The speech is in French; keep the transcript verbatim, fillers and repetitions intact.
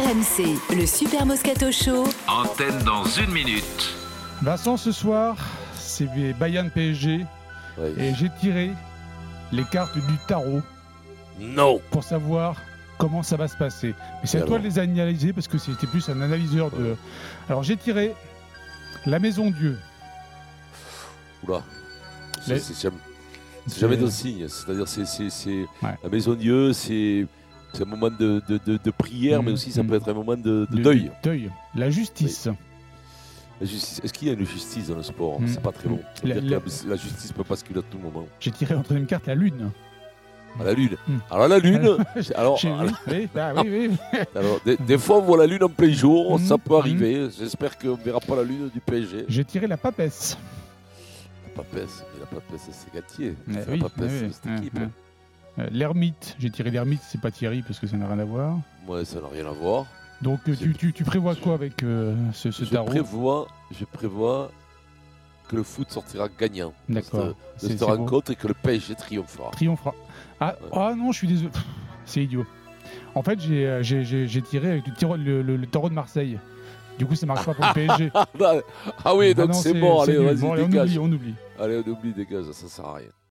R M C, le Super Moscato Show. Antenne dans une minute. Vincent, ce soir, c'est Bayern P S G. Oui. Et j'ai tiré les cartes du tarot. Non. Pour savoir comment ça va se passer. Mais c'est Et à toi alors de les analyser parce que c'était plus un analyseur de. Ouais. Alors j'ai tiré la Maison Dieu. Oula. C'est, Les... c'est jamais, c'est c'est... jamais d'un signe. C'est-à-dire, c'est, c'est, c'est ouais. la Maison Dieu, c'est, c'est un moment de, de, de, de prière, mmh. mais aussi ça mmh. peut être un moment de, de, de deuil. Deuil. La justice. Oui. La justice. Est-ce qu'il y a une justice dans le sport? mmh. C'est pas très bon. La, la... la, la justice peut basculer à tout moment. J'ai tiré en troisième carte la Lune. À la Lune. Mmh. Alors la Lune. alors, alors, oui, bah, oui, oui. alors des, des fois on voit la Lune en plein jour, mmh. ça peut arriver. Mmh. J'espère qu'on ne verra pas la Lune du P S G. J'ai tiré la Papesse. La Papesse, mais la Papesse c'est Galtier. Mais c'est oui, la Papesse, oui, c'est cette équipe. Oui. Euh, l'ermite, j'ai tiré l'ermite, c'est pas Thierry parce que ça n'a rien à voir. Ouais, ça n'a rien à voir. Donc tu, tu, tu prévois quoi avec euh, ce, ce je tarot? prévois, Je prévois que le foot sortira gagnant D'accord. de cette, de cette rencontre bon. Et que le P S G triomphera. Triomphera. Ah, ouais. Oh non, je suis désolé. C'est idiot. En fait, j'ai, j'ai, j'ai, j'ai tiré avec le, tiro, le, le, le tarot de Marseille. Du coup, ça marche pas pour le P S G. Ah oui, donc ah non, c'est, c'est bon. Allez, vas-y, bon, allez, on oublie, on oublie. Allez, on oublie, dégage, ça sert à rien.